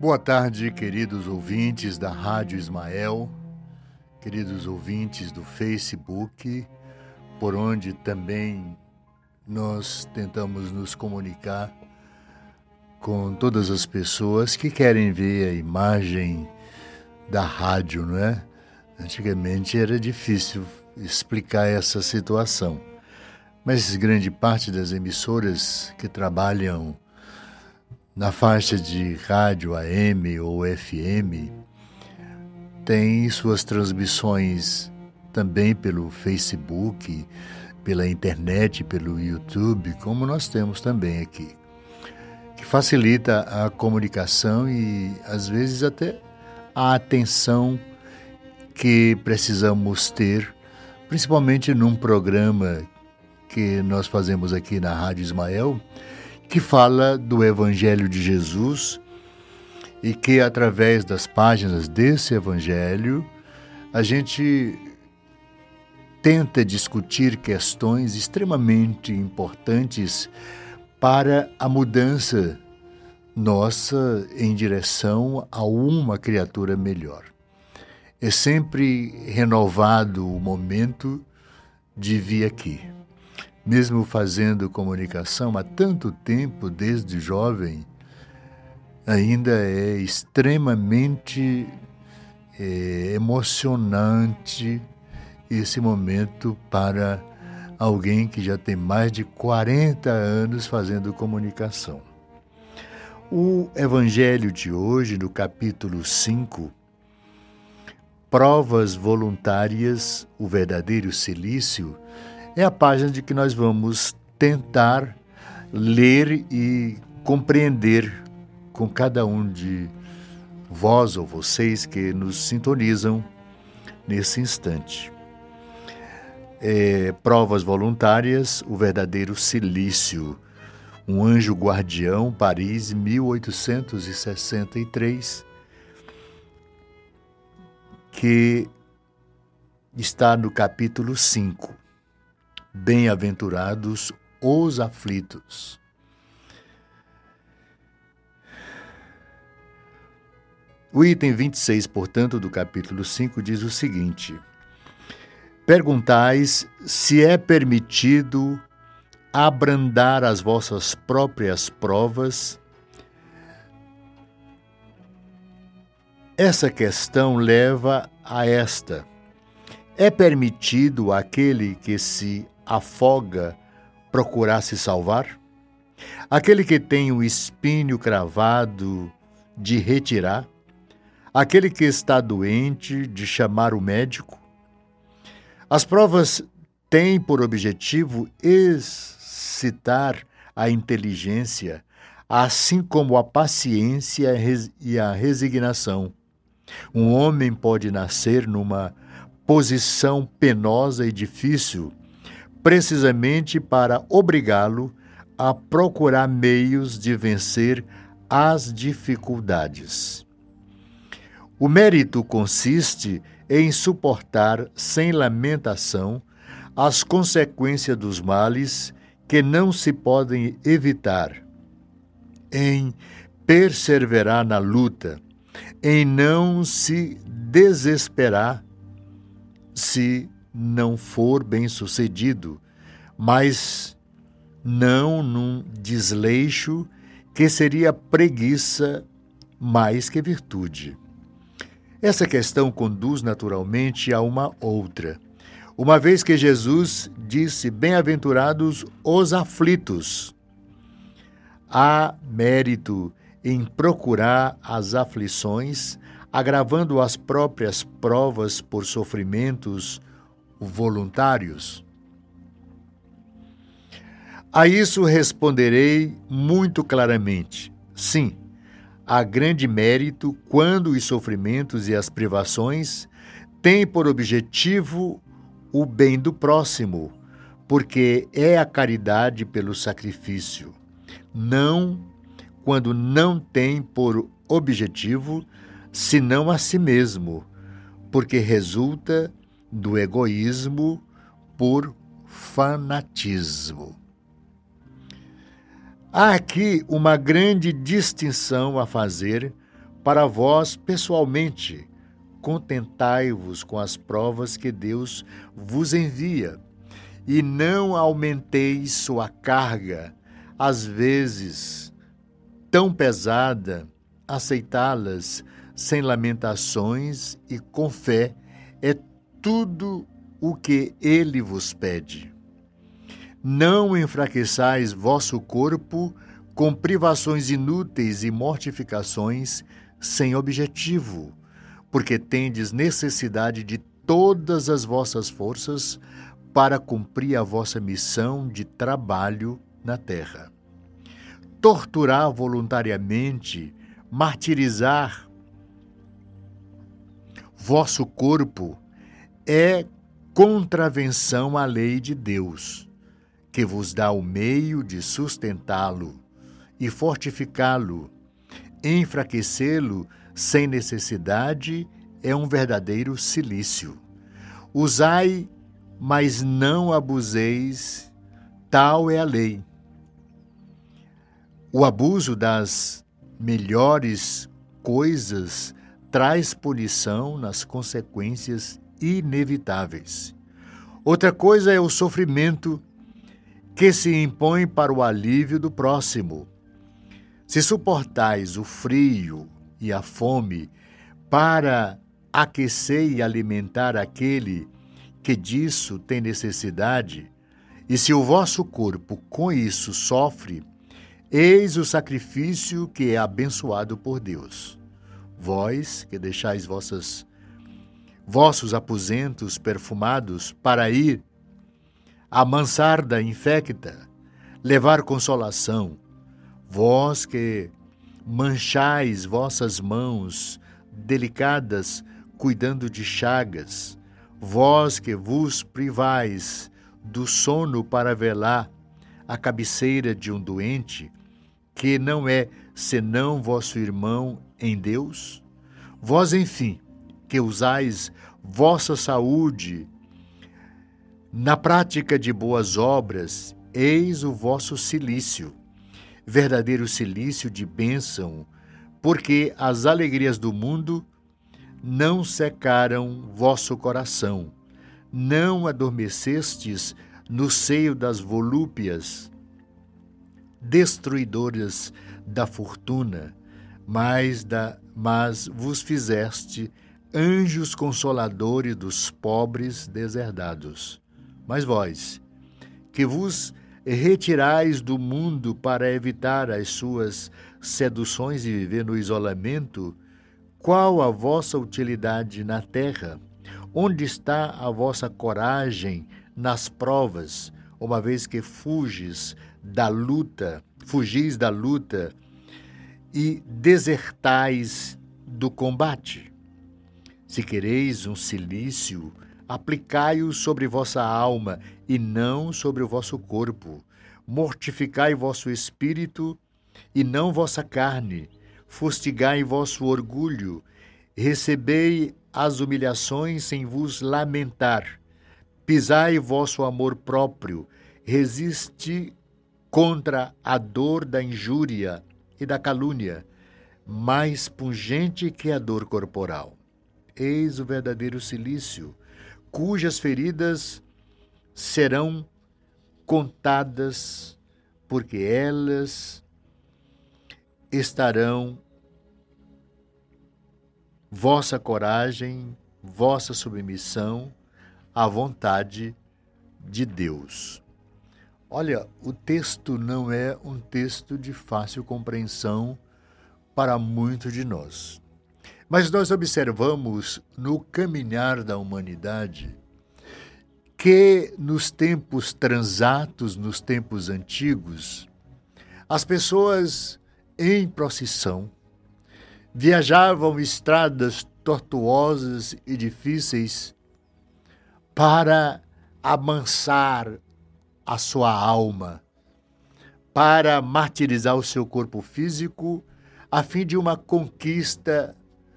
Boa tarde, queridos ouvintes da Rádio Ismael, queridos ouvintes do Facebook, por onde também nós tentamos nos comunicar com todas as pessoas que querem ver a imagem da rádio, não é? Antigamente era difícil explicar essa situação, mas grande parte das emissoras que trabalham na faixa de rádio AM ou FM tem suas transmissões também pelo Facebook, pela internet, pelo YouTube, como nós temos também aqui, que facilita a comunicação e às vezes até a atenção que precisamos ter, principalmente num programa que nós fazemos aqui na Rádio Ismael, que fala do Evangelho de Jesus e que, através das páginas desse Evangelho, a gente tenta discutir questões extremamente importantes para a mudança nossa em direção a uma criatura melhor. É sempre renovado o momento de vir aqui. Mesmo fazendo comunicação há tanto tempo, desde jovem, ainda é extremamente emocionante esse momento para alguém que já tem mais de 40 anos fazendo comunicação. O Evangelho de hoje, no capítulo 5, Provas Voluntárias, o Verdadeiro Cilício, é a página de que nós vamos tentar ler e compreender com cada um de vós ou vocês que nos sintonizam nesse instante. Provas Voluntárias, o Verdadeiro Cilício, um anjo guardião, Paris, 1863, que está no capítulo 5. Bem-aventurados os aflitos. O item 26, portanto, do capítulo 5 diz o seguinte: perguntais se é permitido abrandar as vossas próprias provas. Essa questão leva a esta: é permitido aquele que se afoga procurar se salvar? Aquele que tem o espinho cravado de retirar? Aquele que está doente de chamar o médico? As provas têm por objetivo excitar a inteligência, assim como a paciência e a resignação. Um homem pode nascer numa posição penosa e difícil, precisamente para obrigá-lo a procurar meios de vencer as dificuldades. O mérito consiste em suportar sem lamentação as consequências dos males que não se podem evitar, em perseverar na luta, em não se desesperar se não for bem-sucedido, mas não num desleixo que seria preguiça mais que virtude. Essa questão conduz naturalmente a uma outra, uma vez que Jesus disse: bem-aventurados os aflitos. Há mérito em procurar as aflições, agravando as próprias provas por sofrimentos voluntários? A isso responderei muito claramente: sim, há grande mérito quando os sofrimentos e as privações têm por objetivo o bem do próximo, porque é a caridade pelo sacrifício. Não quando não tem por objetivo senão a si mesmo, porque resulta do egoísmo por fanatismo. Há aqui uma grande distinção a fazer, Para vós, pessoalmente, contentai-vos com as provas que Deus vos envia, e não aumenteis sua carga, às vezes tão pesada, aceitá-las sem lamentações e com fé é tudo o que ele vos pede. Não enfraqueçais vosso corpo com privações inúteis e mortificações sem objetivo, porque tendes necessidade de todas as vossas forças para cumprir a vossa missão de trabalho na terra. Torturar voluntariamente, martirizar vosso corpo é contravenção à lei de Deus, que vos dá o meio de sustentá-lo e fortificá-lo. Enfraquecê-lo sem necessidade é um verdadeiro cilício. Usai, mas não abuseis, tal é a lei. O abuso das melhores coisas traz punição nas consequências inevitáveis. Outra coisa é o sofrimento que se impõe para o alívio do próximo. Se suportais o frio e a fome para aquecer e alimentar aquele que disso tem necessidade, e se o vosso corpo com isso sofre, eis o sacrifício que é abençoado por Deus. Vós, que deixais vossos aposentos perfumados para ir à mansarda infecta, levar consolação, vós que manchais vossas mãos delicadas cuidando de chagas, vós que vos privais do sono para velar a cabeceira de um doente, que não é senão vosso irmão em Deus? Vós, enfim, que usais vossa saúde na prática de boas obras, eis o vosso cilício, verdadeiro cilício de bênção, porque as alegrias do mundo não secaram vosso coração, não adormecestes no seio das volúpias destruidoras da fortuna, mas vos fizeste anjos consoladores dos pobres deserdados. Mas vós, que vos retirais do mundo para evitar as suas seduções e viver no isolamento, qual a vossa utilidade na terra? Onde está a vossa coragem nas provas, uma vez que fugis da luta e desertais do combate? Se quereis um cilício, aplicai-o sobre vossa alma e não sobre o vosso corpo. Mortificai vosso espírito e não vossa carne. Fustigai vosso orgulho. Recebei as humilhações sem vos lamentar. Pisai vosso amor próprio. Resiste contra a dor da injúria e da calúnia, mais pungente que a dor corporal. Eis o verdadeiro cilício, cujas feridas serão contadas, porque elas estarão vossa coragem, vossa submissão à vontade de Deus. Olha, o texto não é um texto de fácil compreensão para muitos de nós. Mas nós observamos no caminhar da humanidade que nos tempos transatos, nos tempos antigos, as pessoas em procissão viajavam estradas tortuosas e difíceis para amansar a sua alma, para martirizar o seu corpo físico, a fim de uma conquista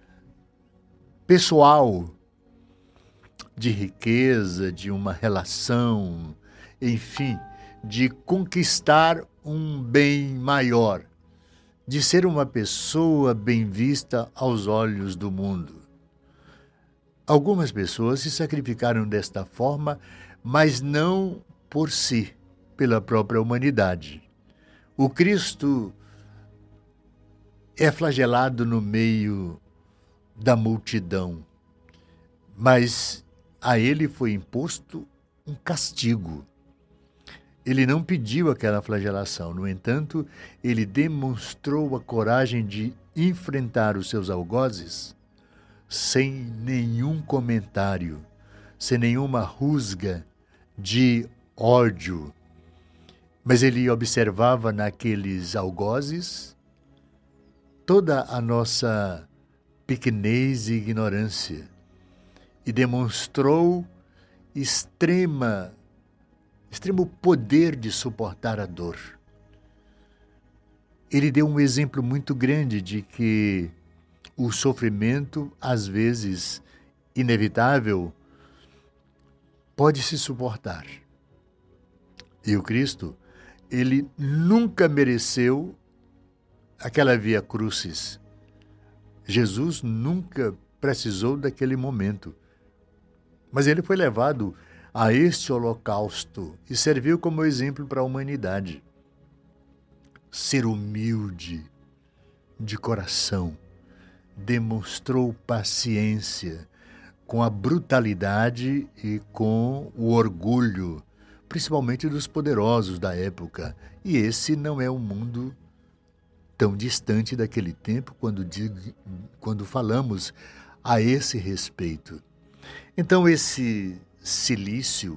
pessoal, de riqueza, de uma relação, enfim, de conquistar um bem maior, de ser uma pessoa bem vista aos olhos do mundo. Algumas pessoas se sacrificaram desta forma, mas não por si, pela própria humanidade. O Cristo é flagelado no meio da multidão, mas a ele foi imposto um castigo. Ele não pediu aquela flagelação, no entanto, ele demonstrou a coragem de enfrentar os seus algozes sem nenhum comentário, sem nenhuma rusga de ódio. Mas ele observava naqueles algozes toda a nossa pequenez e ignorância e demonstrou extremo poder de suportar a dor. Ele deu um exemplo muito grande de que o sofrimento, às vezes inevitável, pode se suportar. E o Cristo, ele nunca mereceu aquela via crucis. Jesus nunca precisou daquele momento. Mas ele foi levado a este holocausto e serviu como exemplo para a humanidade. Ser humilde de coração, demonstrou paciência com a brutalidade e com o orgulho, principalmente dos poderosos da época. E esse não é um mundo tão distante daquele tempo quando falamos a esse respeito. Então, esse silício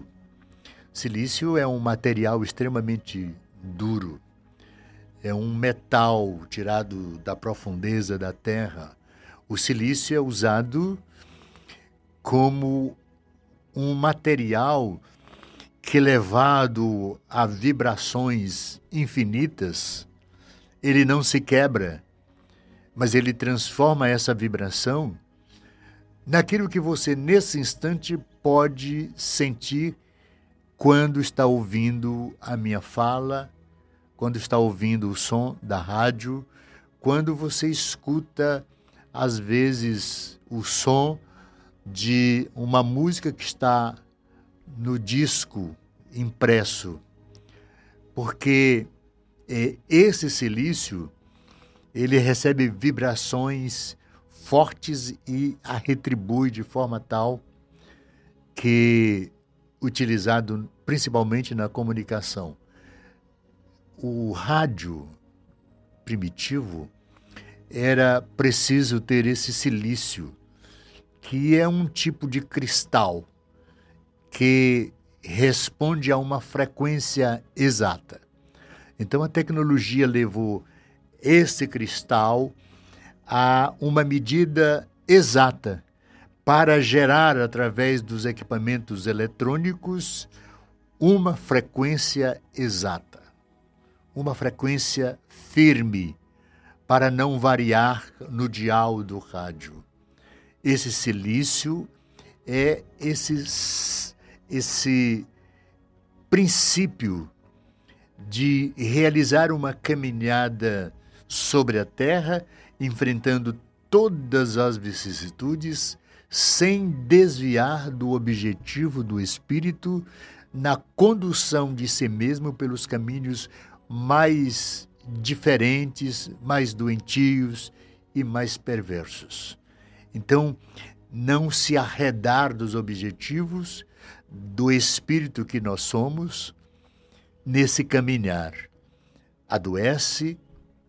é um material extremamente duro, é um metal tirado da profundeza da terra. O silício é usado como um material que, levado a vibrações infinitas, ele não se quebra, mas ele transforma essa vibração naquilo que você, nesse instante, pode sentir quando está ouvindo a minha fala, quando está ouvindo o som da rádio, quando você escuta, às vezes, o som de uma música que está no disco impresso. Porque esse silício, ele recebe vibrações fortes e a retribui de forma tal que, utilizado principalmente na comunicação, o rádio primitivo era preciso ter esse silício, que é um tipo de cristal que responde a uma frequência exata. Então a tecnologia levou esse cristal a uma medida exata para gerar, através dos equipamentos eletrônicos, uma frequência exata, uma frequência firme, para não variar no dial do rádio. Esse silício é esse princípio de realizar uma caminhada sobre a terra, enfrentando todas as vicissitudes, sem desviar do objetivo do espírito na condução de si mesmo pelos caminhos mais diferentes, mais doentios e mais perversos. Então, não se arredar dos objetivos do espírito que nós somos nesse caminhar. Adoece,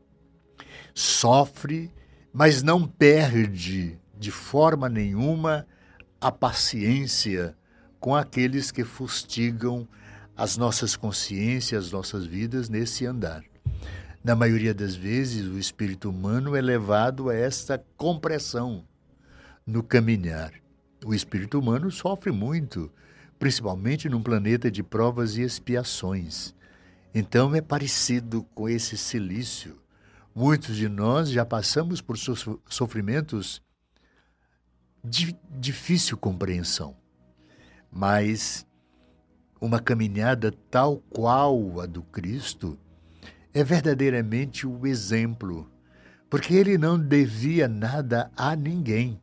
sofre, mas não perde de forma nenhuma a paciência com aqueles que fustigam as nossas consciências, as nossas vidas nesse andar. Na maioria das vezes, o espírito humano é levado a esta compressão no caminhar. O espírito humano sofre muito, principalmente num planeta de provas e expiações. Então é parecido com esse silício. Muitos de nós já passamos por sofrimentos de difícil compreensão, mas uma caminhada tal qual a do Cristo é verdadeiramente o exemplo, porque ele não devia nada a ninguém.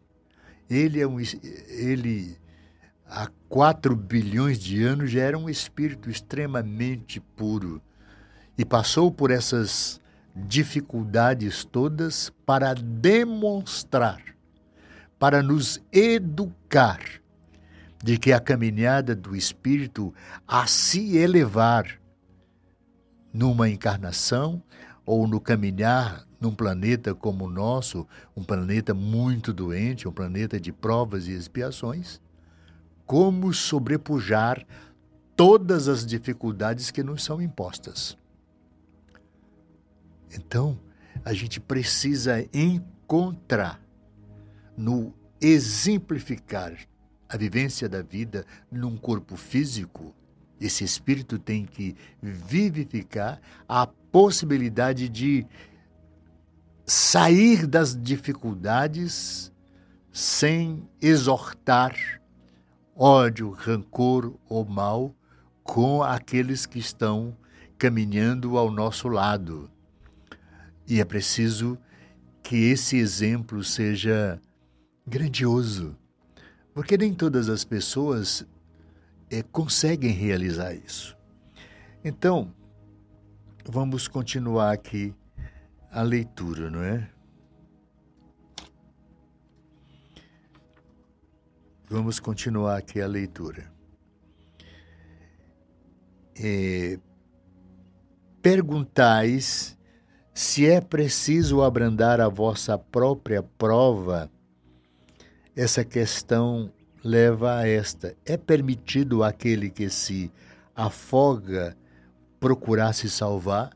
Ele há 4 bilhões de anos já era um espírito extremamente puro e passou por essas dificuldades todas para demonstrar, para nos educar de que a caminhada do espírito a se elevar numa encarnação ou no caminhar num planeta como o nosso, um planeta muito doente, um planeta de provas e expiações, como sobrepujar todas as dificuldades que nos são impostas. Então, a gente precisa encontrar no exemplificar a vivência da vida num corpo físico. Esse espírito tem que vivificar a possibilidade de sair das dificuldades sem exortar ódio, rancor ou mal com aqueles que estão caminhando ao nosso lado. E é preciso que esse exemplo seja grandioso, porque nem todas as pessoas conseguem realizar isso. Então, vamos continuar aqui a leitura, não é? Vamos continuar aqui a leitura. Perguntais se é preciso abrandar a vossa própria prova. Essa questão leva a esta: é permitido àquele que se afoga procurar se salvar?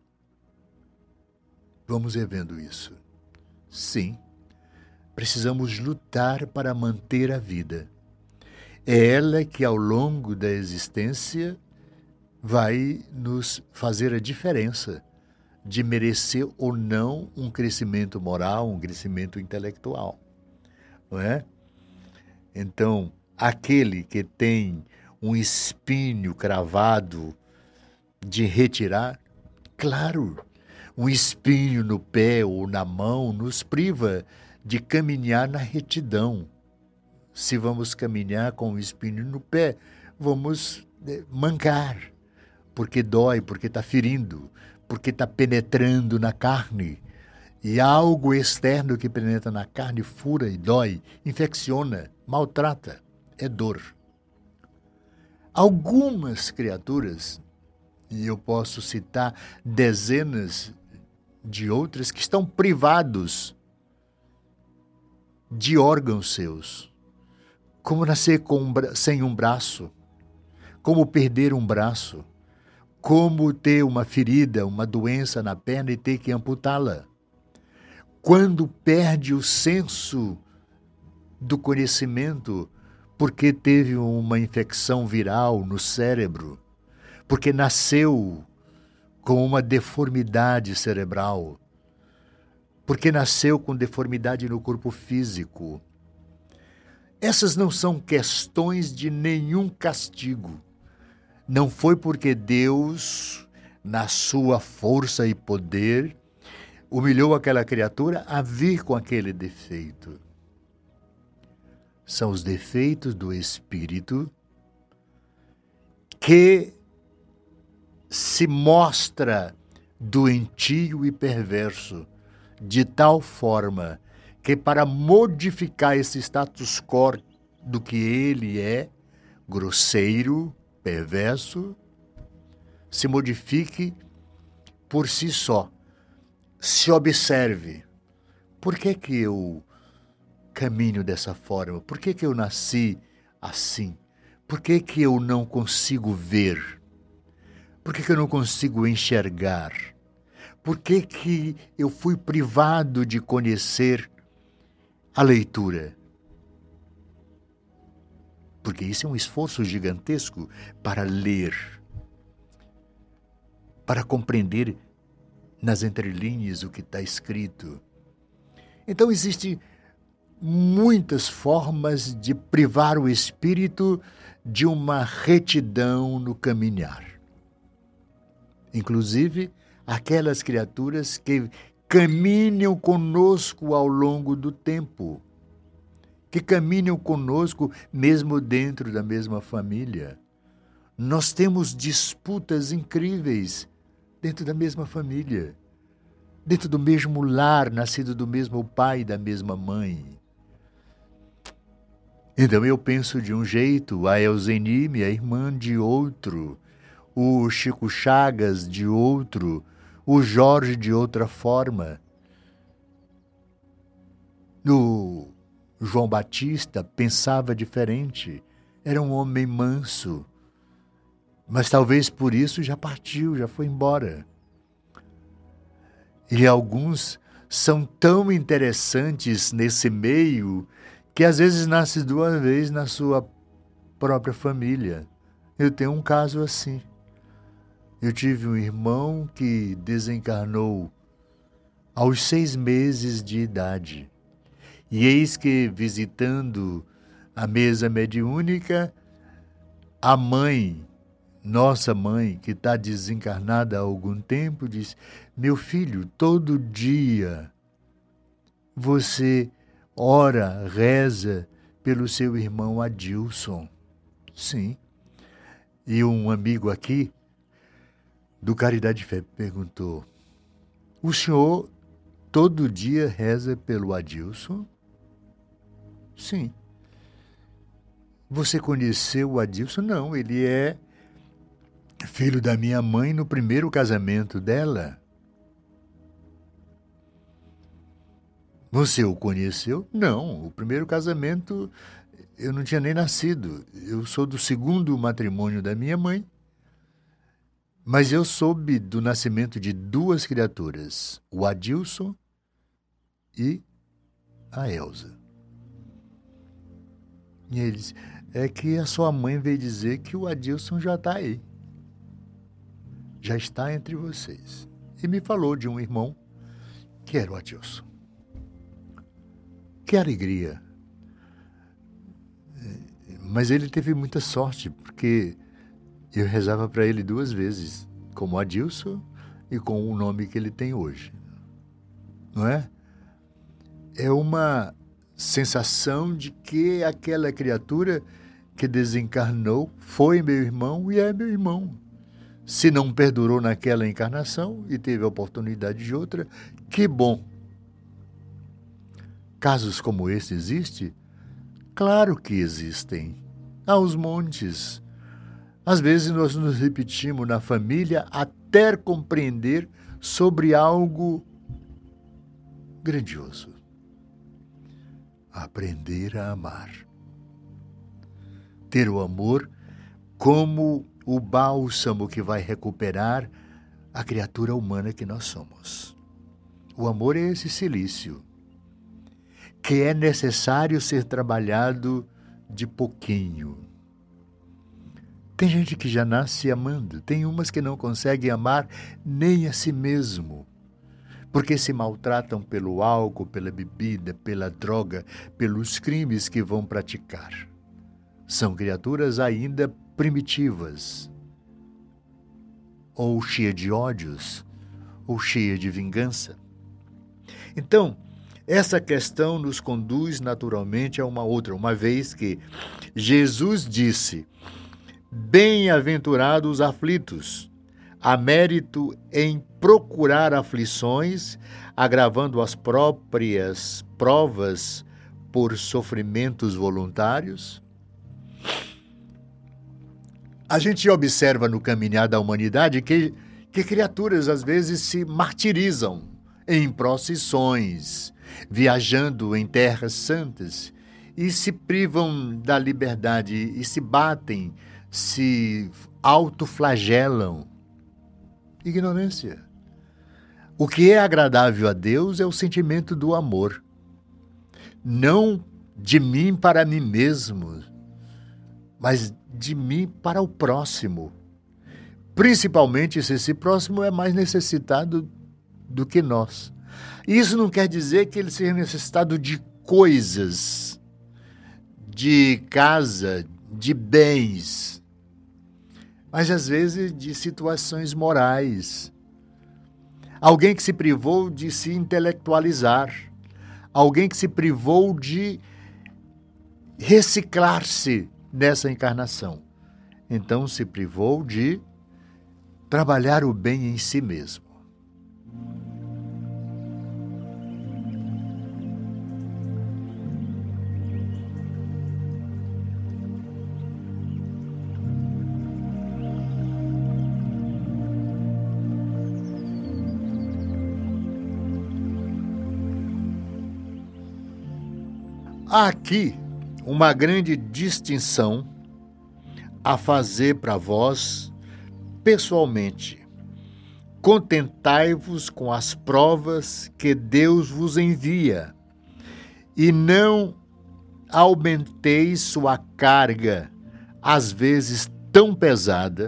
Vamos revendo isso. Sim, precisamos lutar para manter a vida. É ela que, ao longo da existência, vai nos fazer a diferença de merecer ou não um crescimento moral, um crescimento intelectual. Não é? Então, aquele que tem um espinho cravado de retirar, claro, um espinho no pé ou na mão nos priva de caminhar na retidão. Se vamos caminhar com um espinho no pé, vamos mancar, porque dói, porque está ferindo, porque está penetrando na carne. E algo externo que penetra na carne fura e dói, infecciona, maltrata, é dor. Algumas criaturas, e eu posso citar dezenas de outras, que estão privados de órgãos seus. Como nascer sem um braço, como perder um braço, como ter uma ferida, uma doença na perna e ter que amputá-la. Quando perde o senso do conhecimento porque teve uma infecção viral no cérebro, porque nasceu com uma deformidade cerebral, porque nasceu com deformidade no corpo físico. Essas não são questões de nenhum castigo. Não foi porque Deus, na sua força e poder, humilhou aquela criatura a vir com aquele defeito. São os defeitos do espírito que se mostra doentio e perverso, de tal forma que, para modificar esse status quo do que ele é, grosseiro, perverso, se modifique por si só. Se observe. Por que que eu caminho dessa forma? Por que que eu nasci assim? Por que que eu não consigo ver? Por que que eu não consigo enxergar? Por que que eu fui privado de conhecer a leitura? Porque isso é um esforço gigantesco para ler, para compreender nas entrelinhas o que está escrito. Então, existem muitas formas de privar o espírito de uma retidão no caminhar. Inclusive, aquelas criaturas que caminham conosco ao longo do tempo, que caminham conosco mesmo dentro da mesma família. Nós temos disputas incríveis dentro da mesma família, dentro do mesmo lar, nascido do mesmo pai e da mesma mãe. Então eu penso de um jeito, a Elzeni, minha irmã, de outro, o Chico Chagas de outro, o Jorge de outra forma. O João Batista pensava diferente, era um homem manso, mas talvez por isso já partiu, já foi embora. E alguns são tão interessantes nesse meio que às vezes nasce duas vezes na sua própria família. Eu tenho um caso assim. Eu tive um irmão que desencarnou aos 6 meses de idade. E eis que, visitando a mesa mediúnica, a mãe, nossa mãe, que está desencarnada há algum tempo, diz: meu filho, todo dia você ora, reza pelo seu irmão Adilson. Sim. E um amigo aqui, do Caridade e Fé, perguntou: o senhor todo dia reza pelo Adilson? Sim. Você conheceu o Adilson? Não, ele é filho da minha mãe no primeiro casamento dela. Você o conheceu? Não, o primeiro casamento eu não tinha nem nascido. Eu sou do segundo matrimônio da minha mãe, mas eu soube do nascimento de 2 criaturas, o Adilson e a Elza. E ele disse: é que a sua mãe veio dizer que o Adilson já está aí. Já está entre vocês. E me falou de um irmão que era o Adilson. Que alegria! Mas ele teve muita sorte, porque eu rezava para ele 2 vezes, como Adilson e com o nome que ele tem hoje. Não é? É uma sensação de que aquela criatura que desencarnou foi meu irmão e é meu irmão. Se não perdurou naquela encarnação e teve a oportunidade de outra, que bom. Casos como esse existem? Claro que existem. Aos montes. Às vezes nós nos repetimos na família até compreender sobre algo grandioso. Aprender a amar. Ter o amor como o bálsamo que vai recuperar a criatura humana que nós somos. O amor é esse silício que é necessário ser trabalhado de pouquinho. Tem gente que já nasce amando, tem umas que não conseguem amar nem a si mesmo, porque se maltratam pelo álcool, pela bebida, pela droga, pelos crimes que vão praticar. São criaturas ainda primitivas, ou cheias de ódios, ou cheias de vingança. Então, essa questão nos conduz naturalmente a uma outra, uma vez que Jesus disse: bem-aventurados os aflitos, há mérito em procurar aflições, agravando as próprias provas por sofrimentos voluntários. A gente observa no caminhar da humanidade que criaturas às vezes se martirizam em procissões, viajando em terras santas, e se privam da liberdade, e se batem, se autoflagelam. Ignorância. O que é agradável a Deus é o sentimento do amor. Não de mim para mim mesmo, mas de mim para o próximo. Principalmente se esse próximo é mais necessitado do que nós. Isso não quer dizer que ele seja necessitado de coisas, de casa, de bens, mas às vezes de situações morais. alguém que se privou de se intelectualizar, alguém que se privou de reciclar-se nessa encarnação. Então se privou de trabalhar o bem em si mesmo. Há aqui uma grande distinção a fazer para vós pessoalmente. Contentai-vos com as provas que Deus vos envia e não aumenteis sua carga, às vezes tão pesada,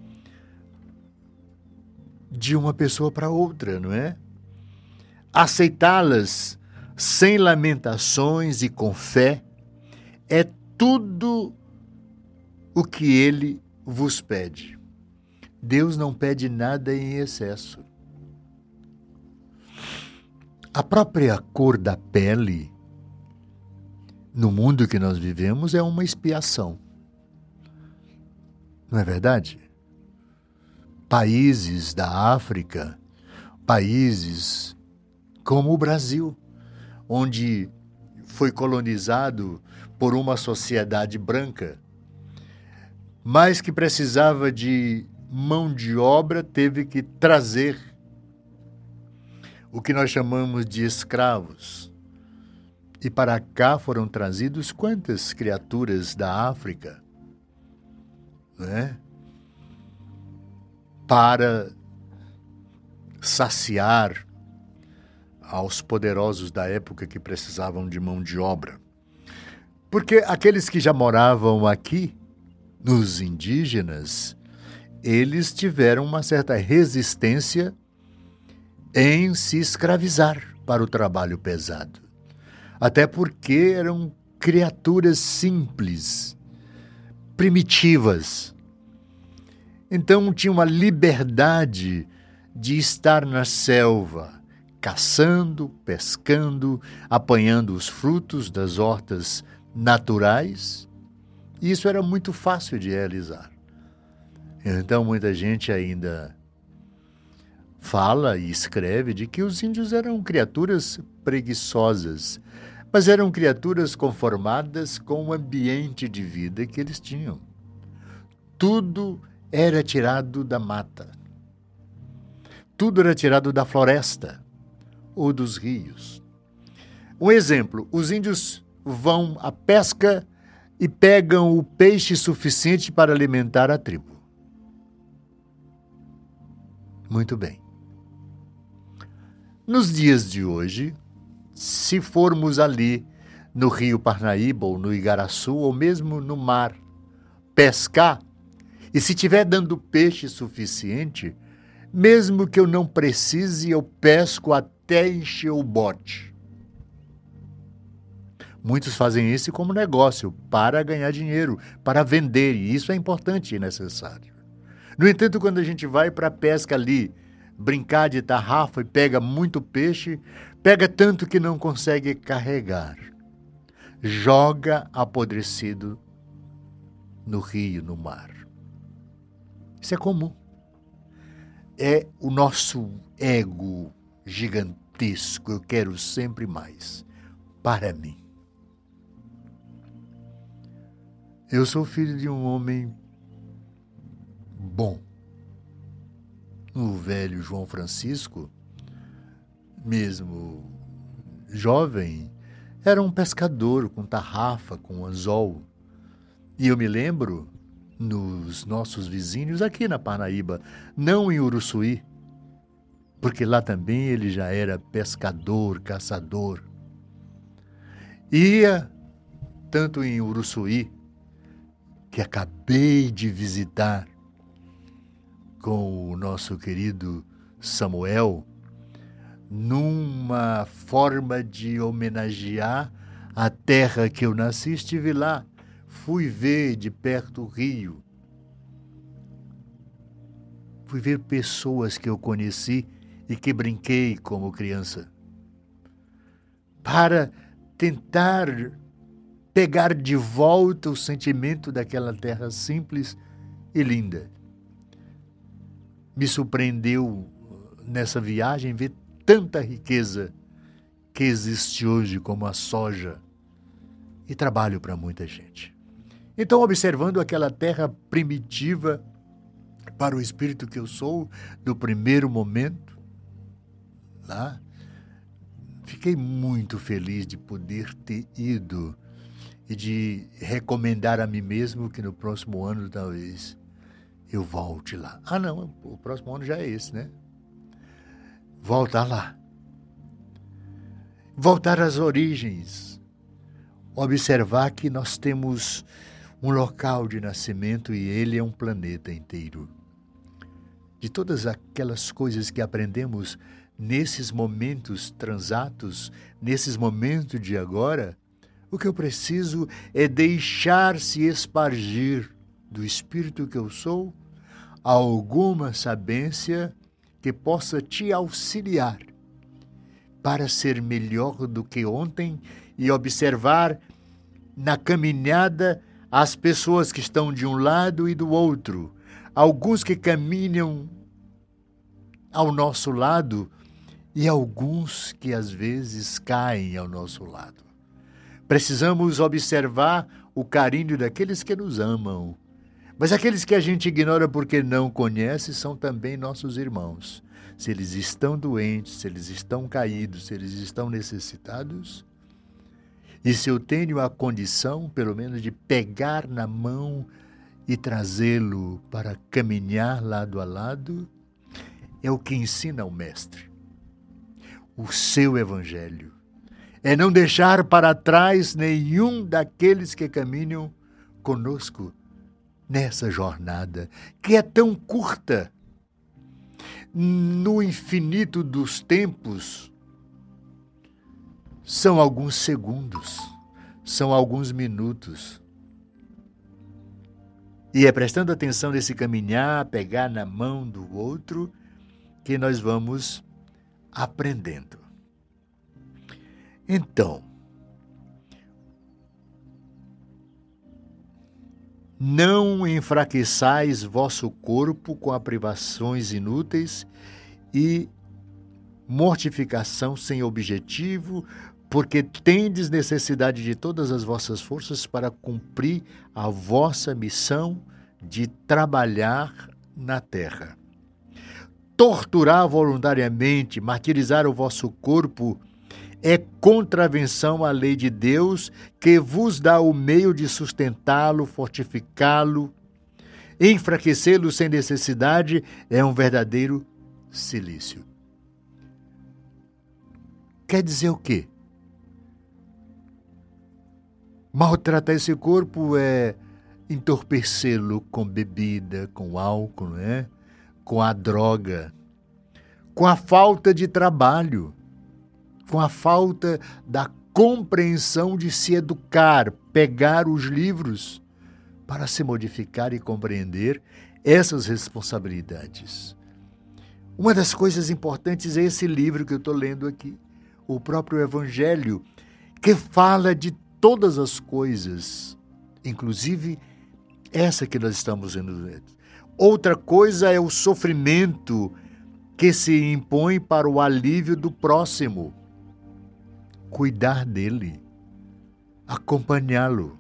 de uma pessoa para outra, não é? Aceitá-las sem lamentações e com fé é tudo o que ele vos pede. Deus não pede nada em excesso. A própria cor da pele, no mundo que nós vivemos, é uma expiação. Não é verdade? Países da África, países como o Brasil, onde foi colonizado por uma sociedade branca, mas que precisava de mão de obra, teve que trazer o que nós chamamos de escravos. E para cá foram trazidos quantas criaturas da África, né? Para saciar aos poderosos da época que precisavam de mão de obra. Porque aqueles que já moravam aqui, nos indígenas, eles tiveram uma certa resistência em se escravizar para o trabalho pesado. Até porque eram criaturas simples, primitivas. Então tinha uma liberdade de estar na selva, caçando, pescando, apanhando os frutos das hortas naturais. E isso era muito fácil de realizar. Então muita gente ainda fala e escreve de que os índios eram criaturas preguiçosas, mas eram criaturas conformadas com o ambiente de vida que eles tinham. Tudo era tirado da mata. Tudo era tirado da floresta ou dos rios. Um exemplo, os índios vão à pesca e pegam o peixe suficiente para alimentar a tribo. Muito bem. Nos dias de hoje, se formos ali no Rio Parnaíba ou no Igaraçu ou mesmo no mar pescar, e se estiver dando peixe suficiente, mesmo que eu não precise, eu pesco até encher o bote. Muitos fazem isso como negócio, para ganhar dinheiro, para vender, e isso é importante e necessário. No entanto, quando a gente vai para a pesca ali, brincar de tarrafa e pega muito peixe, pega tanto que não consegue carregar. Joga apodrecido no rio, no mar. Isso é comum. É o nosso ego gigantesco, eu quero sempre mais, para mim. Eu sou filho de um homem bom. O velho João Francisco, mesmo jovem, era um pescador com tarrafa, com anzol. E eu me lembro, nos nossos vizinhos aqui na Parnaíba, não em Uruçuí, porque lá também ele já era pescador, caçador. Ia tanto em Uruçuí, que acabei de visitar com o nosso querido Samuel, numa forma de homenagear a terra que eu nasci, estive lá, fui ver de perto o rio, fui ver pessoas que eu conheci e que brinquei como criança, para tentar pegar de volta o sentimento daquela terra simples e linda. Me surpreendeu nessa viagem ver tanta riqueza que existe hoje, como a soja, e trabalho para muita gente. Então, observando aquela terra primitiva para o espírito que eu sou, no primeiro momento, lá, fiquei muito feliz de poder ter ido e de recomendar a mim mesmo que no próximo ano, talvez, eu volte lá. Ah, não, o próximo ano já é esse, né? Voltar lá. Voltar às origens. Observar que nós temos um local de nascimento e ele é um planeta inteiro. De todas aquelas coisas que aprendemos nesses momentos transatos, nesses momentos de agora, o que eu preciso é deixar-se espargir do espírito que eu sou alguma sabência que possa te auxiliar para ser melhor do que ontem e observar na caminhada as pessoas que estão de um lado e do outro, alguns que caminham ao nosso lado e alguns que às vezes caem ao nosso lado. Precisamos observar o carinho daqueles que nos amam, mas aqueles que a gente ignora porque não conhece são também nossos irmãos. Se eles estão doentes, se eles estão caídos, se eles estão necessitados, e se eu tenho a condição, pelo menos, de pegar na mão e trazê-lo para caminhar lado a lado, é o que ensina o Mestre. O seu Evangelho é não deixar para trás nenhum daqueles que caminham conosco nessa jornada, que é tão curta. No infinito dos tempos, são alguns segundos, são alguns minutos. E é prestando atenção nesse caminhar, pegar na mão do outro, que nós vamos aprendendo. Então, não enfraqueçais vosso corpo com a privações inúteis e mortificação sem objetivo, porque tendes necessidade de todas as vossas forças para cumprir a vossa missão de trabalhar na terra. Torturar voluntariamente, martirizar o vosso corpo é contravenção à lei de Deus, que vos dá o meio de sustentá-lo, fortificá-lo. Enfraquecê-lo sem necessidade é um verdadeiro cilício. Quer dizer o quê? Maltratar esse corpo é entorpecê-lo com bebida, com álcool, né? Com a droga, com a falta de trabalho, com a falta da compreensão de se educar, pegar os livros para se modificar e compreender essas responsabilidades. Uma das coisas importantes é esse livro que eu estou lendo aqui, o próprio Evangelho, que fala de todas as coisas, inclusive essa que nós estamos vendo. Outra coisa é o sofrimento que se impõe para o alívio do próximo. Cuidar dele, acompanhá-lo.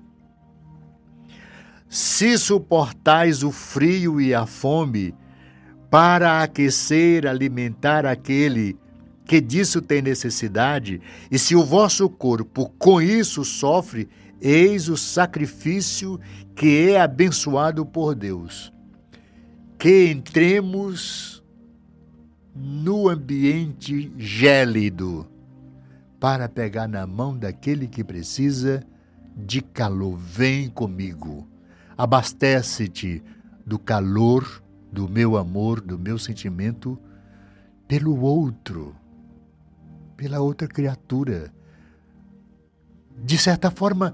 Se suportais o frio e a fome, para aquecer, alimentar aquele que disso tem necessidade, e se o vosso corpo com isso sofre, eis o sacrifício que é abençoado por Deus. Que entremos no ambiente gélido para pegar na mão daquele que precisa de calor. Vem comigo, abastece-te do calor, do meu amor, do meu sentimento pelo outro, pela outra criatura. De certa forma,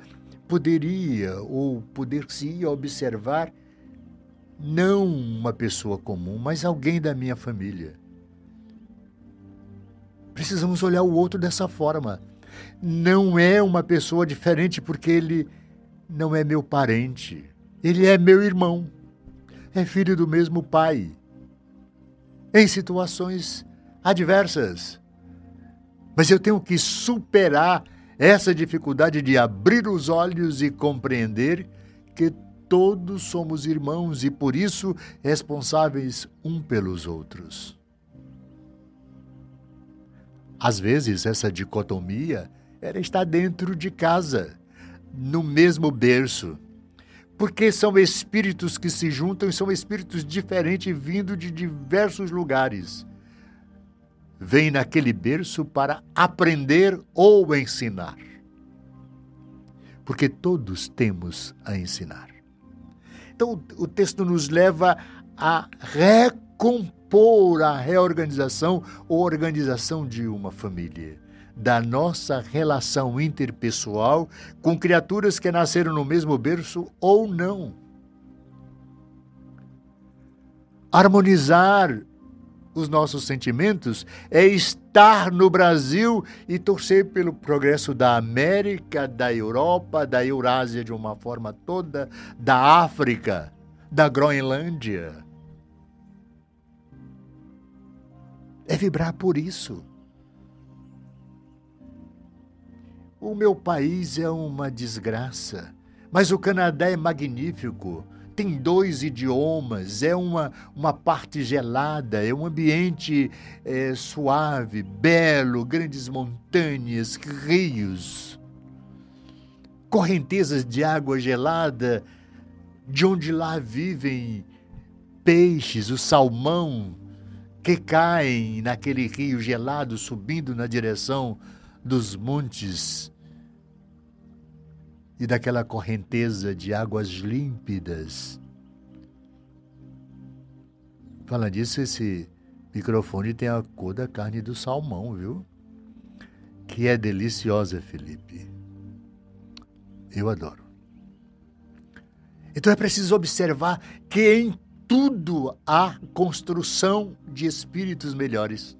poder-se-ia observar não uma pessoa comum, mas alguém da minha família. Precisamos olhar o outro dessa forma. Não é uma pessoa diferente porque ele não é meu parente. Ele é meu irmão. É filho do mesmo pai. Em situações adversas. Mas eu tenho que superar essa dificuldade de abrir os olhos e compreender que todos somos irmãos e, por isso, responsáveis um pelos outros. Às vezes, essa dicotomia está dentro de casa, no mesmo berço. Porque são espíritos que se juntam e são espíritos diferentes vindo de diversos lugares. Vêm naquele berço para aprender ou ensinar. Porque todos temos a ensinar. Então, o texto nos leva a recompor a reorganização ou organização de uma família, da nossa relação interpessoal com criaturas que nasceram no mesmo berço ou não. Harmonizar os nossos sentimentos é estar no Brasil e torcer pelo progresso da América, da Europa, da Eurásia de uma forma toda, da África, da Groenlândia. É vibrar por isso. O meu país é uma desgraça, mas o Canadá é magnífico. Tem 2 idiomas, é uma parte gelada, é um ambiente suave, belo, grandes montanhas, rios, correntezas de água gelada, de onde lá vivem peixes, o salmão, que caem naquele rio gelado, subindo na direção dos montes e daquela correnteza de águas límpidas. Falando disso, esse microfone tem a cor da carne do salmão, viu? Que é deliciosa, Felipe. Eu adoro. Então é preciso observar que em tudo há construção de espíritos melhores.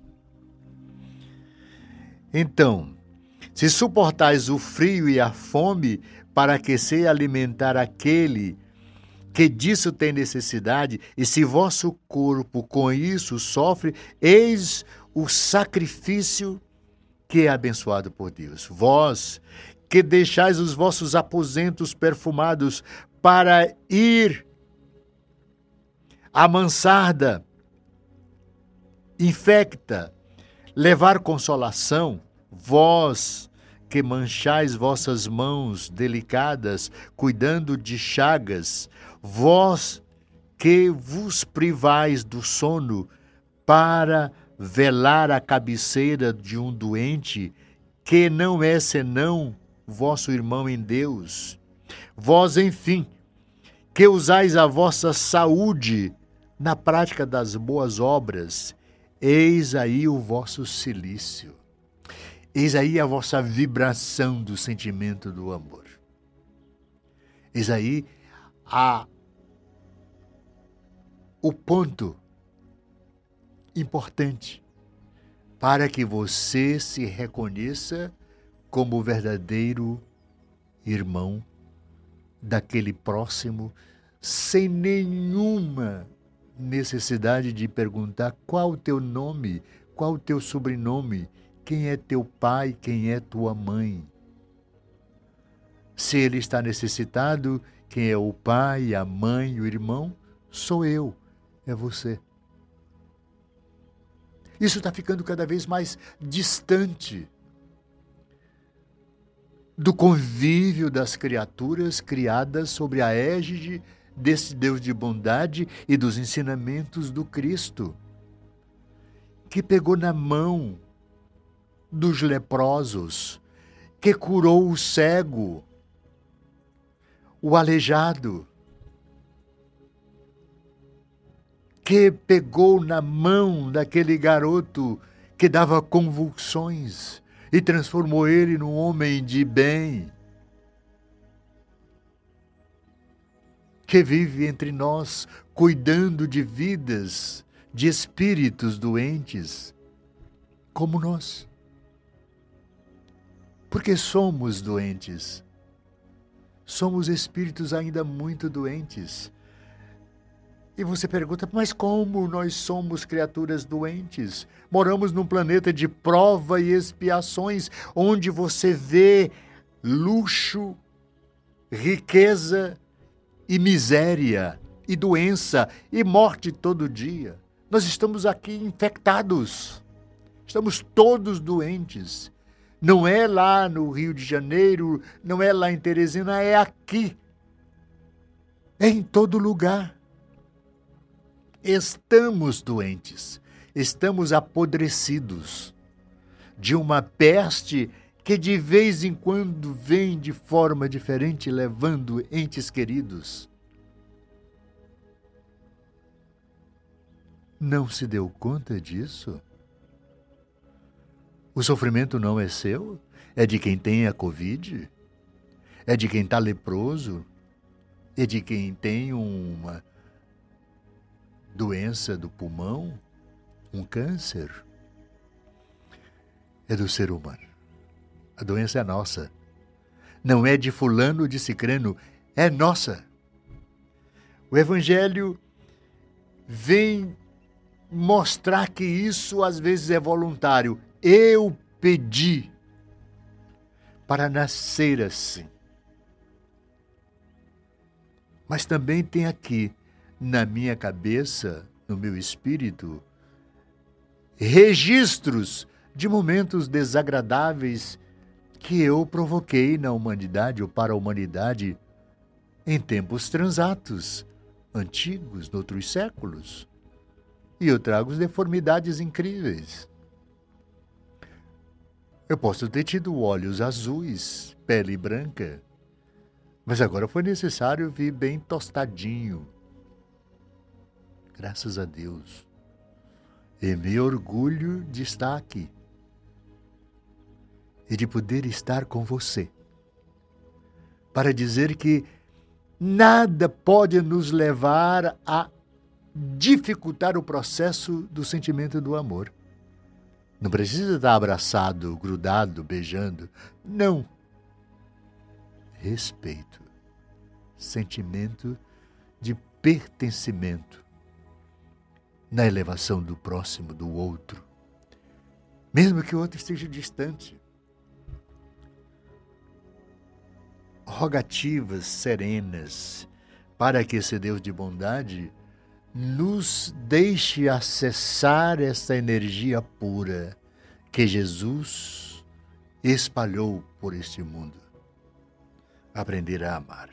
Então, se suportais o frio e a fome para aquecer e alimentar aquele que disso tem necessidade, e se vosso corpo com isso sofre, eis o sacrifício que é abençoado por Deus. Vós, que deixais os vossos aposentos perfumados para ir à mansarda infecta, levar consolação, vós que manchais vossas mãos delicadas, cuidando de chagas, vós que vos privais do sono para velar a cabeceira de um doente, que não é senão vosso irmão em Deus. Vós, enfim, que usais a vossa saúde na prática das boas obras, eis aí o vosso cilício. Eis aí a vossa vibração do sentimento do amor. Eis aí o ponto importante para que você se reconheça como verdadeiro irmão daquele próximo, sem nenhuma necessidade de perguntar qual o teu nome, qual o teu sobrenome, quem é teu pai, quem é tua mãe. Se ele está necessitado, quem é o pai, a mãe, o irmão, sou eu, é você. Isso está ficando cada vez mais distante do convívio das criaturas criadas sobre a égide desse Deus de bondade e dos ensinamentos do Cristo, que pegou na mão dos leprosos, que curou o cego, o aleijado, que pegou na mão daquele garoto que dava convulsões e transformou ele num homem de bem, que vive entre nós cuidando de vidas, de espíritos doentes. como nós. Porque somos doentes. Somos espíritos ainda muito doentes. E você pergunta, mas como nós somos criaturas doentes? Moramos num planeta de prova e expiações, onde você vê luxo, riqueza e miséria, e doença, e morte todo dia. Nós estamos aqui infectados. Estamos todos doentes. Não é lá no Rio de Janeiro, não é lá em Teresina, é aqui. É em todo lugar. Estamos doentes. Estamos apodrecidos de uma peste que de vez em quando vem de forma diferente, levando entes queridos. Não se deu conta disso? O sofrimento não é seu? É de quem tem a Covid? É de quem está leproso? É de quem tem uma doença do pulmão? Um câncer? É do ser humano. A doença é nossa. Não é de fulano ou de cicrano, é nossa. O Evangelho vem mostrar que isso às vezes é voluntário. Eu pedi para nascer assim. Mas também tem aqui, na minha cabeça, no meu espírito, registros de momentos desagradáveis que eu provoquei na humanidade ou para a humanidade em tempos transatos, antigos, noutros séculos. E eu trago deformidades incríveis. Eu posso ter tido olhos azuis, pele branca, mas agora foi necessário vir bem tostadinho. Graças a Deus. E me orgulho de estar aqui. E de poder estar com você. Para dizer que nada pode nos levar a dificultar o processo do sentimento do amor. Não precisa estar abraçado, grudado, beijando. Não. Respeito. Sentimento de pertencimento na elevação do próximo, do outro. Mesmo que o outro esteja distante. Rogativas serenas para que esse Deus de bondade nos deixe acessar essa energia pura que Jesus espalhou por este mundo. Aprender a amar.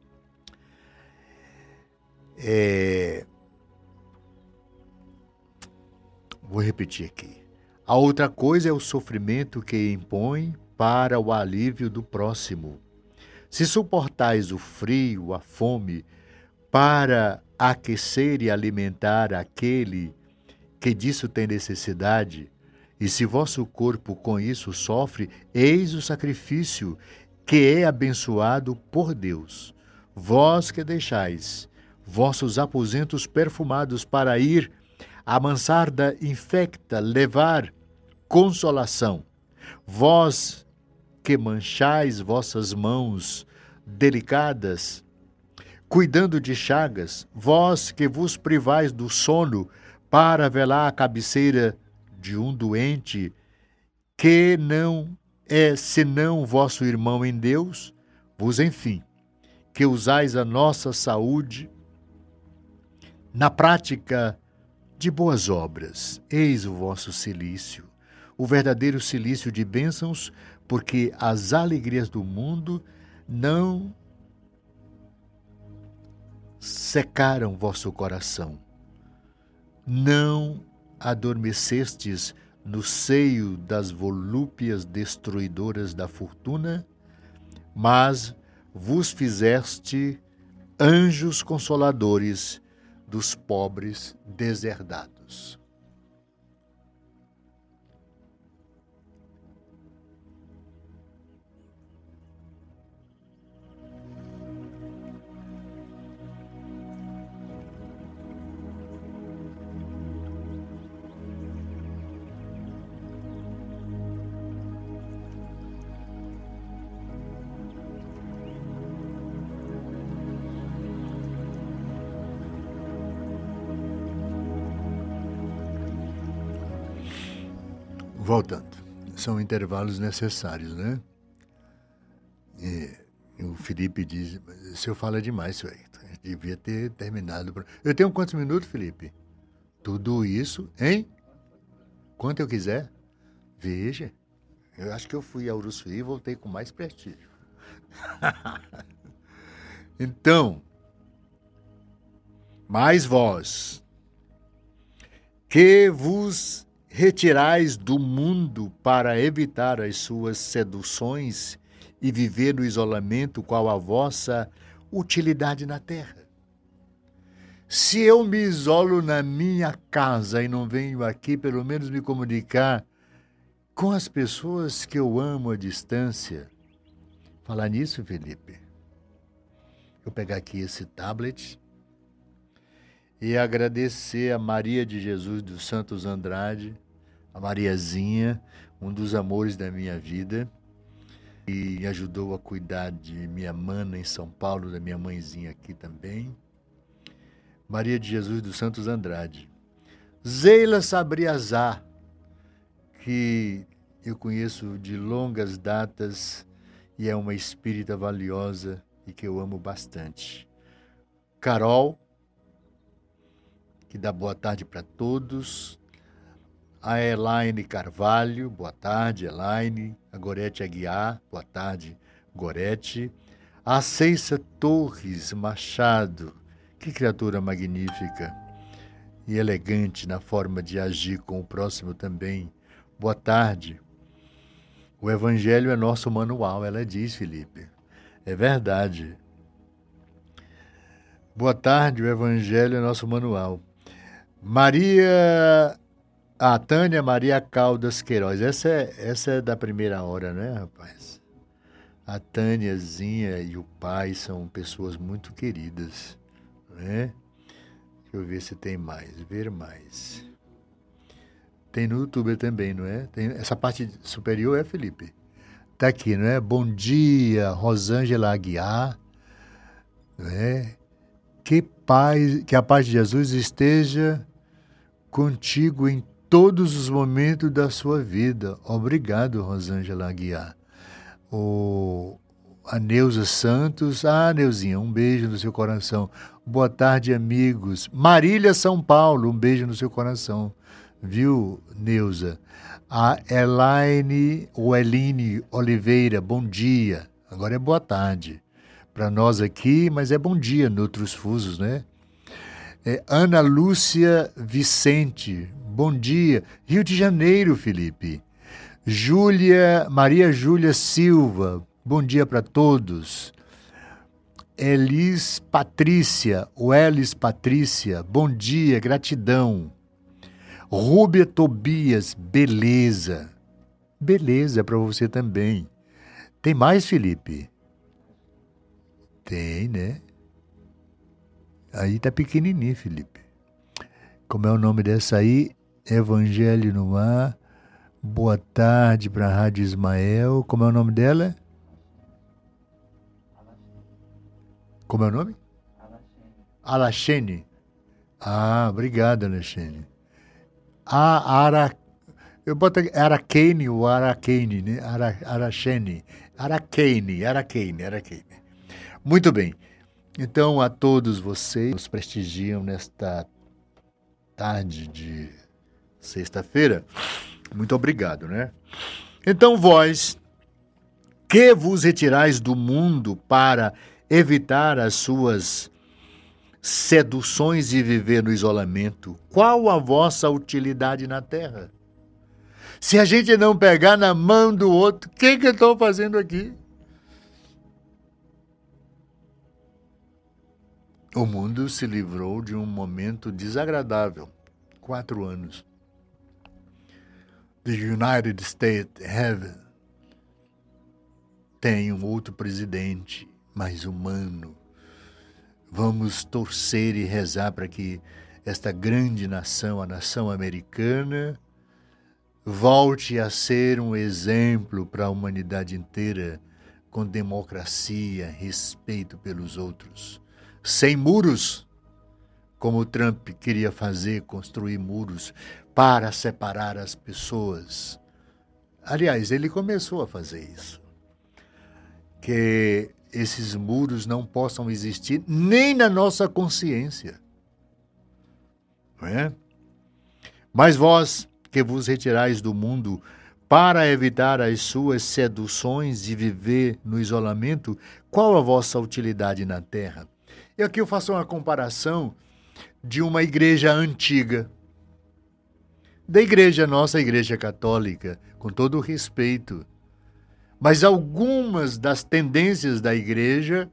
Vou repetir aqui. A outra coisa é o sofrimento que impõe para o alívio do próximo. Se suportais o frio, a fome, para aquecer e alimentar aquele que disso tem necessidade, e se vosso corpo com isso sofre, eis o sacrifício que é abençoado por Deus. Vós que deixais vossos aposentos perfumados para ir à mansarda infecta levar consolação. Vós que manchais vossas mãos delicadas, cuidando de chagas, vós que vos privais do sono para velar a cabeceira de um doente, que não é senão vosso irmão em Deus, vos enfim, que usais a nossa saúde na prática de boas obras. Eis o vosso cilício, o verdadeiro cilício de bênçãos, porque as alegrias do mundo não secaram vosso coração. Não adormecestes no seio das volúpias destruidoras da fortuna, mas vos fizeste anjos consoladores dos pobres deserdados. voltando. São intervalos necessários, né? E o Felipe diz, o senhor fala demais, senhor Hector. Devia ter terminado. Eu tenho quantos minutos, Felipe? Tudo isso, hein? Quanto eu quiser. Veja, eu acho que eu fui a Uruçuí e voltei com mais prestígio. Então, mais vós, que vos retirais do mundo para evitar as suas seduções e viver no isolamento, qual a vossa utilidade na terra. Se eu me isolo na minha casa e não venho aqui, pelo menos me comunicar com as pessoas que eu amo à distância. Falar nisso, Felipe, eu pegar aqui esse tablet e agradecer a Maria de Jesus dos Santos Andrade, a Mariazinha, um dos amores da minha vida, e me ajudou a cuidar de minha mana em São Paulo, da minha mãezinha aqui também. Maria de Jesus dos Santos Andrade. Zeila Sabriazá, que eu conheço de longas datas e é uma espírita valiosa e que eu amo bastante. Carol, que dá boa tarde para todos. A Elaine Carvalho, boa tarde, Elaine. A Gorete Aguiar, boa tarde, Gorete. A Ceissa Torres Machado, que criatura magnífica e elegante na forma de agir com o próximo também. Boa tarde. O Evangelho é nosso manual, ela diz, Felipe. É verdade. Boa tarde, o Evangelho é nosso manual. Tânia Maria Caldas Queiroz. Essa é da primeira hora, né, rapaz? A Tâniazinha e o pai são pessoas muito queridas, né? Deixa eu ver se tem mais. Ver mais. Tem no YouTube também, não é? Tem essa parte superior, Felipe? Tá aqui, não é? Bom dia, Rosângela Aguiar, não é? Que a paz de Jesus esteja contigo em todos os momentos da sua vida. Obrigado, Rosângela Aguiar. A Neuza Santos. Neuzinha, um beijo no seu coração. Boa tarde, amigos. Marília São Paulo, um beijo no seu coração. Viu, Neuza? A Eline Oliveira, bom dia. Agora é boa tarde. Para nós aqui, mas é bom dia em outros fusos, né? Ana Lúcia Vicente, bom dia. Rio de Janeiro, Felipe. Maria Júlia Silva, bom dia para todos. Elis Patrícia, bom dia, gratidão. Rúbia Tobias, beleza. Beleza para você também. Tem mais, Felipe? Tem, né? Aí tá pequenininho, Felipe. Como é o nome dessa aí? Evangelho no Ar. Boa tarde para a Rádio Ismael. Como é o nome dela? Como é o nome? Alachene. Obrigado, Alachene. Eu boto aqui Araquene ou Araquene, né? Arachene. Araquene. Muito bem. Então, a todos vocês que nos prestigiam nesta tarde de sexta-feira, muito obrigado, né? Então, vós que vos retirais do mundo para evitar as suas seduções e viver no isolamento, qual a vossa utilidade na terra? Se a gente não pegar na mão do outro, o que eu estou fazendo aqui? O mundo se livrou de um momento desagradável. 4 anos. The United States tem um outro presidente mais humano. Vamos torcer e rezar para que esta grande nação, a nação americana, volte a ser um exemplo para a humanidade inteira, com democracia, respeito pelos outros. Sem muros, como o Trump queria fazer, construir muros para separar as pessoas. Aliás, ele começou a fazer isso. Que esses muros não possam existir nem na nossa consciência. Não é? Mas vós, que vos retirais do mundo para evitar as suas seduções e viver no isolamento, qual a vossa utilidade na terra? E aqui eu faço uma comparação de uma igreja antiga, da igreja nossa, a igreja católica, com todo o respeito. Mas algumas das tendências da igreja,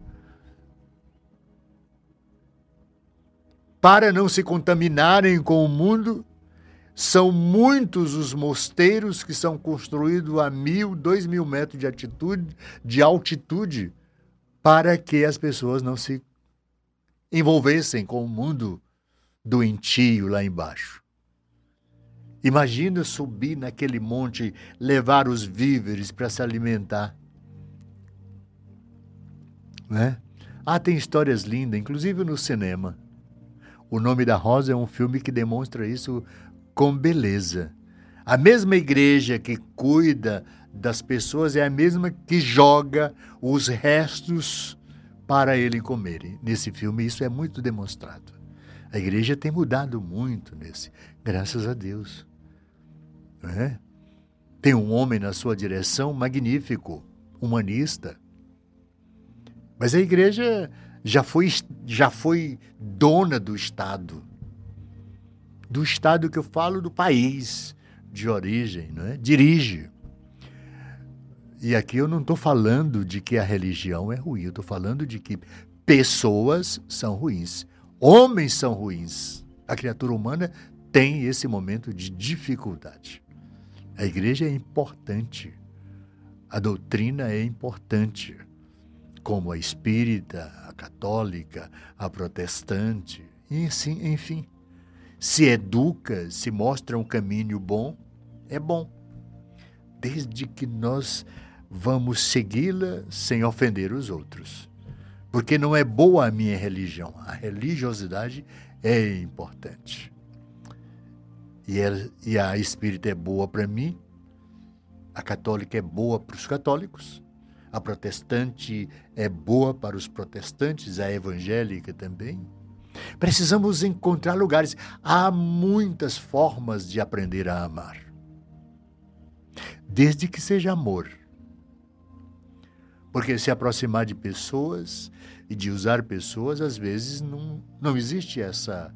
para não se contaminarem com o mundo, são muitos os mosteiros que são construídos a 1.000, 2.000 metros de altitude, para que as pessoas não se envolvessem com o mundo doentio lá embaixo. Imagina subir naquele monte, levar os víveres para se alimentar. Né? Tem histórias lindas, inclusive no cinema. O Nome da Rosa é um filme que demonstra isso com beleza. A mesma igreja que cuida das pessoas é a mesma que joga os restos para ele comerem. Nesse filme isso é muito demonstrado. A igreja tem mudado muito graças a Deus. É? Tem um homem na sua direção magnífico, humanista. Mas a igreja já foi dona do Estado. Do Estado que eu falo, do país de origem, não é? Dirige. E aqui eu não estou falando de que a religião é ruim, eu estou falando de que pessoas são ruins, homens são ruins. A criatura humana tem esse momento de dificuldade. A igreja é importante, a doutrina é importante, como a espírita, a católica, a protestante, e assim, enfim. Se educa, se mostra um caminho bom, é bom. Desde que nós vamos segui-la sem ofender os outros. Porque não é boa a minha religião. A religiosidade é importante. E a espírita é boa para mim, a católica é boa para os católicos, a protestante é boa para os protestantes, a evangélica também. Precisamos encontrar lugares. Há muitas formas de aprender a amar. Desde que seja amor. Porque se aproximar de pessoas e de usar pessoas, às vezes não existe essa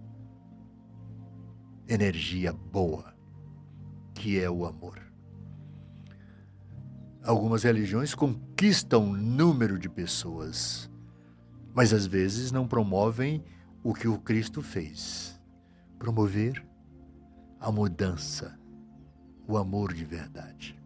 energia boa, que é o amor. Algumas religiões conquistam número de pessoas, mas às vezes não promovem o que o Cristo fez. Promover a mudança, o amor de verdade.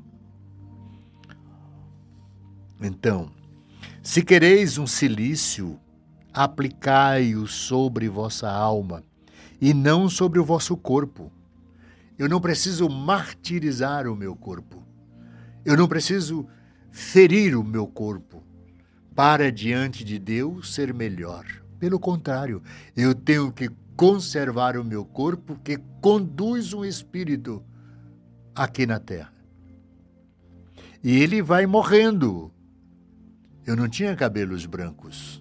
Então, se quereis um cilício, aplicai-o sobre vossa alma e não sobre o vosso corpo. Eu não preciso martirizar o meu corpo. Eu não preciso ferir o meu corpo para diante de Deus ser melhor. Pelo contrário, eu tenho que conservar o meu corpo que conduz um espírito aqui na terra. E ele vai morrendo. Eu não tinha cabelos brancos,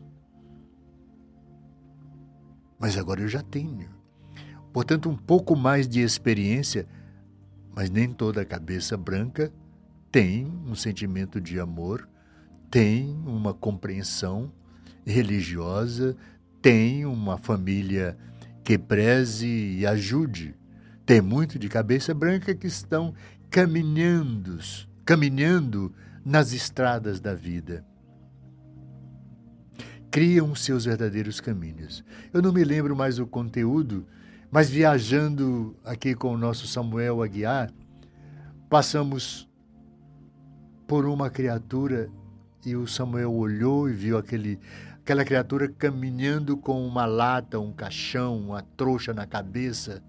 mas agora eu já tenho. Portanto, um pouco mais de experiência, mas nem toda cabeça branca tem um sentimento de amor, tem uma compreensão religiosa, tem uma família que preze e ajude. Tem muito de cabeça branca que estão caminhando nas estradas da vida. Criam seus verdadeiros caminhos. Eu não me lembro mais o conteúdo, mas viajando aqui com o nosso Samuel Aguiar, passamos por uma criatura e o Samuel olhou e viu aquela criatura caminhando com uma lata, um caixão, uma trouxa na cabeça,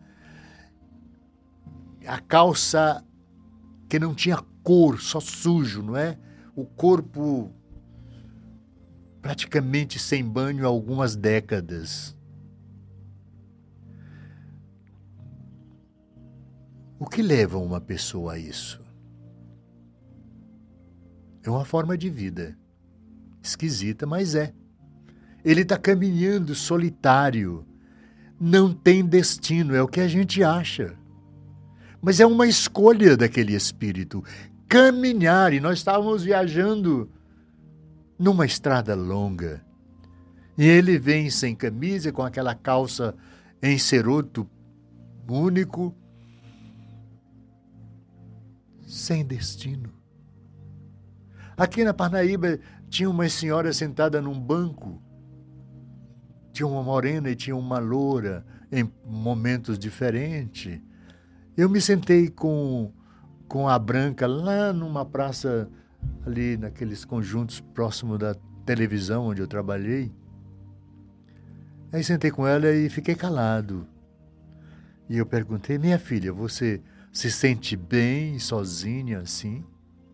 a calça que não tinha cor, só sujo, não é? O corpo praticamente sem banho há algumas décadas. O que leva uma pessoa a isso? É uma forma de vida. Esquisita, mas é. Ele está caminhando solitário. Não tem destino, é o que a gente acha. Mas é uma escolha daquele espírito. Caminhar, e nós estávamos viajando numa estrada longa. E ele vem sem camisa, com aquela calça em ceroto único, sem destino. Aqui na Parnaíba tinha uma senhora sentada num banco. Tinha uma morena e tinha uma loura em momentos diferentes. Eu me sentei com a branca lá numa praça, ali naqueles conjuntos próximo da televisão onde eu trabalhei. Aí sentei com ela e fiquei calado. E eu perguntei, minha filha, você se sente bem sozinha assim?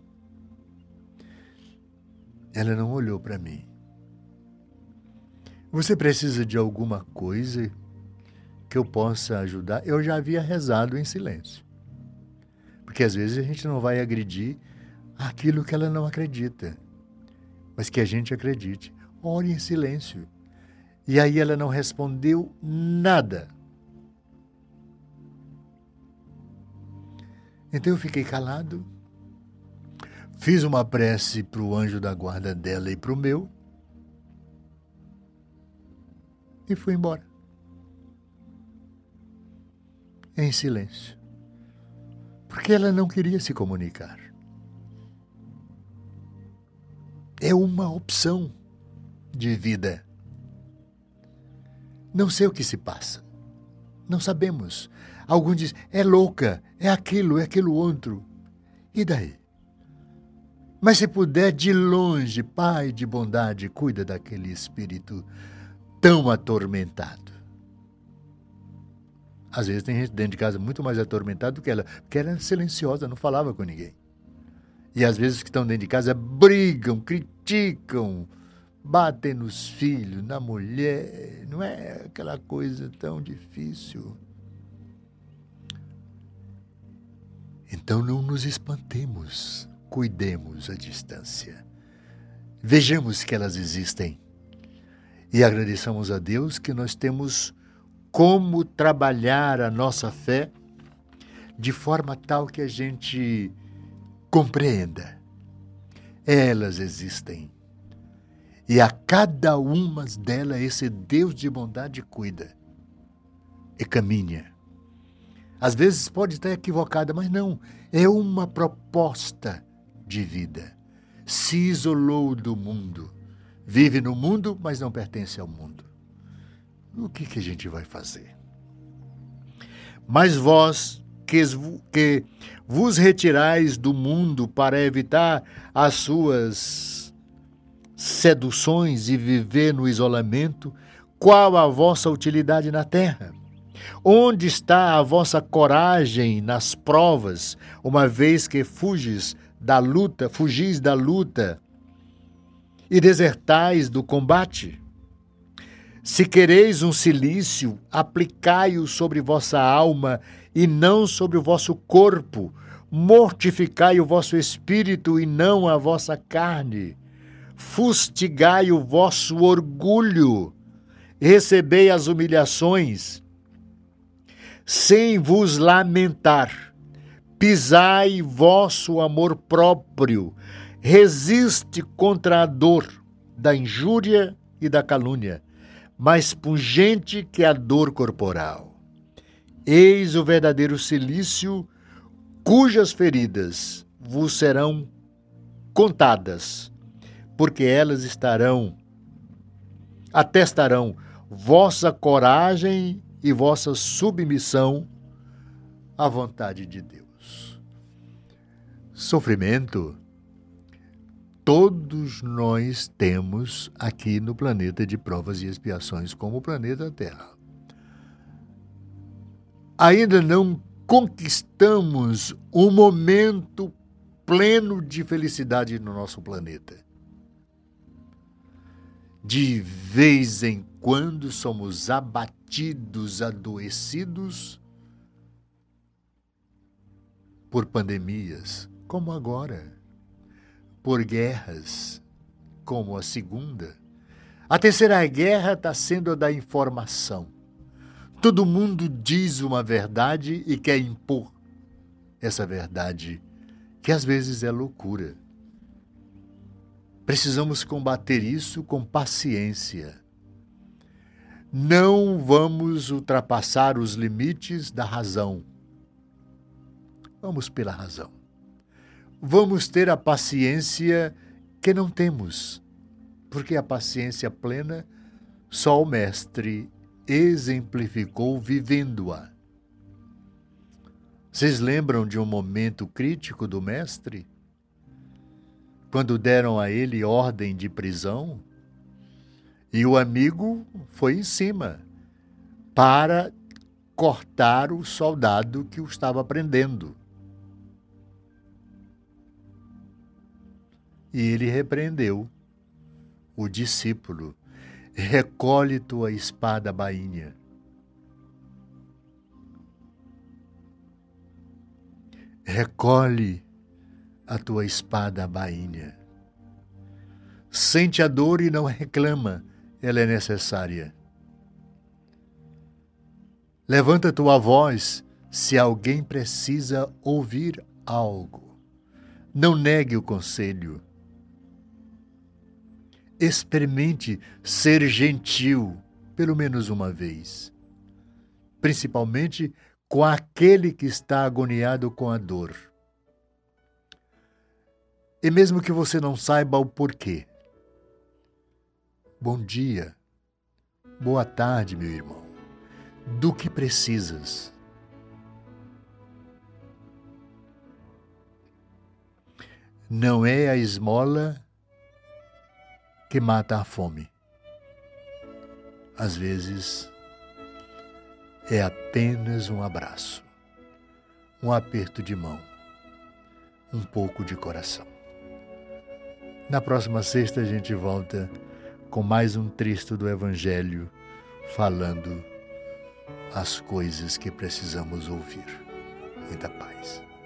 Ela não olhou para mim. Você precisa de alguma coisa que eu possa ajudar? Eu já havia rezado em silêncio. Porque às vezes a gente não vai agredir aquilo que ela não acredita, mas que a gente acredite. Ore em silêncio. E aí ela não respondeu nada. Então eu fiquei calado, fiz uma prece para o anjo da guarda dela e para o meu, e fui embora. Em silêncio. Porque ela não queria se comunicar. É uma opção de vida. Não sei o que se passa. Não sabemos. Alguns dizem, é louca, é aquilo outro. E daí? Mas se puder, de longe, Pai de bondade, cuida daquele espírito tão atormentado. Às vezes tem gente dentro de casa muito mais atormentada do que ela, porque ela era silenciosa, não falava com ninguém. E às vezes os que estão dentro de casa brigam, criticam, batem nos filhos, na mulher. Não é aquela coisa tão difícil. Então não nos espantemos, cuidemos à distância. Vejamos que elas existem e agradeçamos a Deus que nós temos como trabalhar a nossa fé de forma tal que a gente compreenda. Elas existem. E a cada uma delas esse Deus de bondade cuida e caminha. Às vezes pode estar equivocada, mas não. É uma proposta de vida. Se isolou do mundo. Vive no mundo, mas não pertence ao mundo. O que a gente vai fazer? Mas vós que vos retirais do mundo para evitar as suas seduções e viver no isolamento, qual a vossa utilidade na terra? Onde está a vossa coragem nas provas, uma vez que fugis da luta e desertais do combate? Se quereis um cilício, aplicai-o sobre vossa alma e não sobre o vosso corpo. Mortificai o vosso espírito e não a vossa carne. Fustigai o vosso orgulho. Recebei as humilhações, sem vos lamentar. Pisai vosso amor próprio. Resiste contra a dor da injúria e da calúnia, mais pungente que a dor corporal. Eis o verdadeiro cilício, cujas feridas vos serão contadas, porque elas atestarão vossa coragem e vossa submissão à vontade de Deus. Sofrimento todos nós temos aqui no planeta de provas e expiações, como o planeta Terra. Ainda não conquistamos um momento pleno de felicidade no nosso planeta. De vez em quando somos abatidos, adoecidos por pandemias, como agora. por guerras, como a Segunda. A Terceira Guerra está sendo a da informação. Todo mundo diz uma verdade e quer impor essa verdade, que às vezes é loucura. Precisamos combater isso com paciência. Não vamos ultrapassar os limites da razão. Vamos pela razão. Vamos ter a paciência que não temos, porque a paciência plena só o Mestre exemplificou vivendo-a. Vocês lembram de um momento crítico do Mestre? Quando deram a ele ordem de prisão e o amigo foi em cima para cortar o soldado que o estava prendendo. E ele repreendeu o discípulo: recolhe tua espada bainha. Recolhe a tua espada bainha. Sente a dor e não reclama, ela é necessária. Levanta tua voz se alguém precisa ouvir algo. Não negue o conselho. Experimente ser gentil, pelo menos uma vez. Principalmente com aquele que está agoniado com a dor. E mesmo que você não saiba o porquê. Bom dia, boa tarde, meu irmão. Do que precisas? Não é a esmola que mata a fome. Às vezes, é apenas um abraço, um aperto de mão, um pouco de coração. Na próxima sexta a gente volta com mais um trecho do Evangelho, falando as coisas que precisamos ouvir. Muita paz.